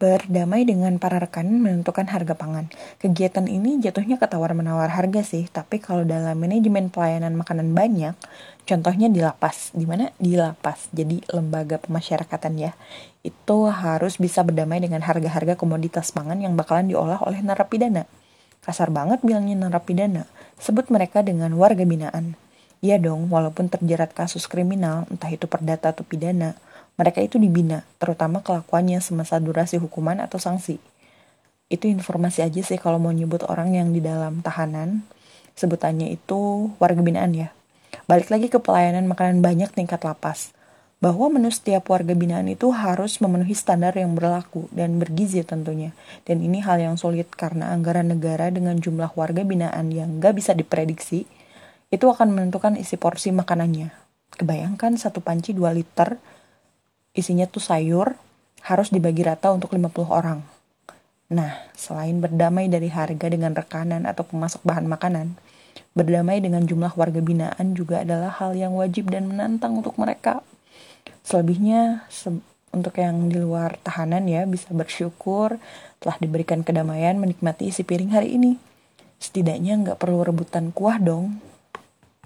Berdamai dengan para rekan menentukan harga pangan. Kegiatan ini jatuhnya ke tawar-menawar harga sih, tapi kalau dalam manajemen pelayanan makanan banyak, contohnya di lapas, di mana di lapas, jadi lembaga pemasyarakatan ya, itu harus bisa berdamai dengan harga-harga komoditas pangan yang bakalan diolah oleh narapidana. Kasar banget bilangnya narapidana, sebut mereka dengan warga binaan. Iya dong, walaupun terjerat kasus kriminal, entah itu perdata atau pidana, mereka itu dibina, terutama kelakuannya semasa durasi hukuman atau sanksi. Itu informasi aja sih kalau mau nyebut orang yang di dalam tahanan, sebutannya itu warga binaan ya. Balik lagi ke pelayanan makanan banyak tingkat lapas. Bahwa menu setiap warga binaan itu harus memenuhi standar yang berlaku dan bergizi tentunya. Dan ini hal yang sulit karena anggaran negara dengan jumlah warga binaan yang gak bisa diprediksi, itu akan menentukan isi porsi makanannya. Kebayangkan satu panci 2 liter, isinya tuh sayur, harus dibagi rata untuk 50 orang. Nah, selain berdamai dari harga dengan rekanan atau pemasok bahan makanan, berdamai dengan jumlah warga binaan juga adalah hal yang wajib dan menantang untuk mereka. Selebihnya, untuk yang di luar tahanan ya, bisa bersyukur telah diberikan kedamaian menikmati isi piring hari ini. Setidaknya nggak perlu rebutan kuah dong.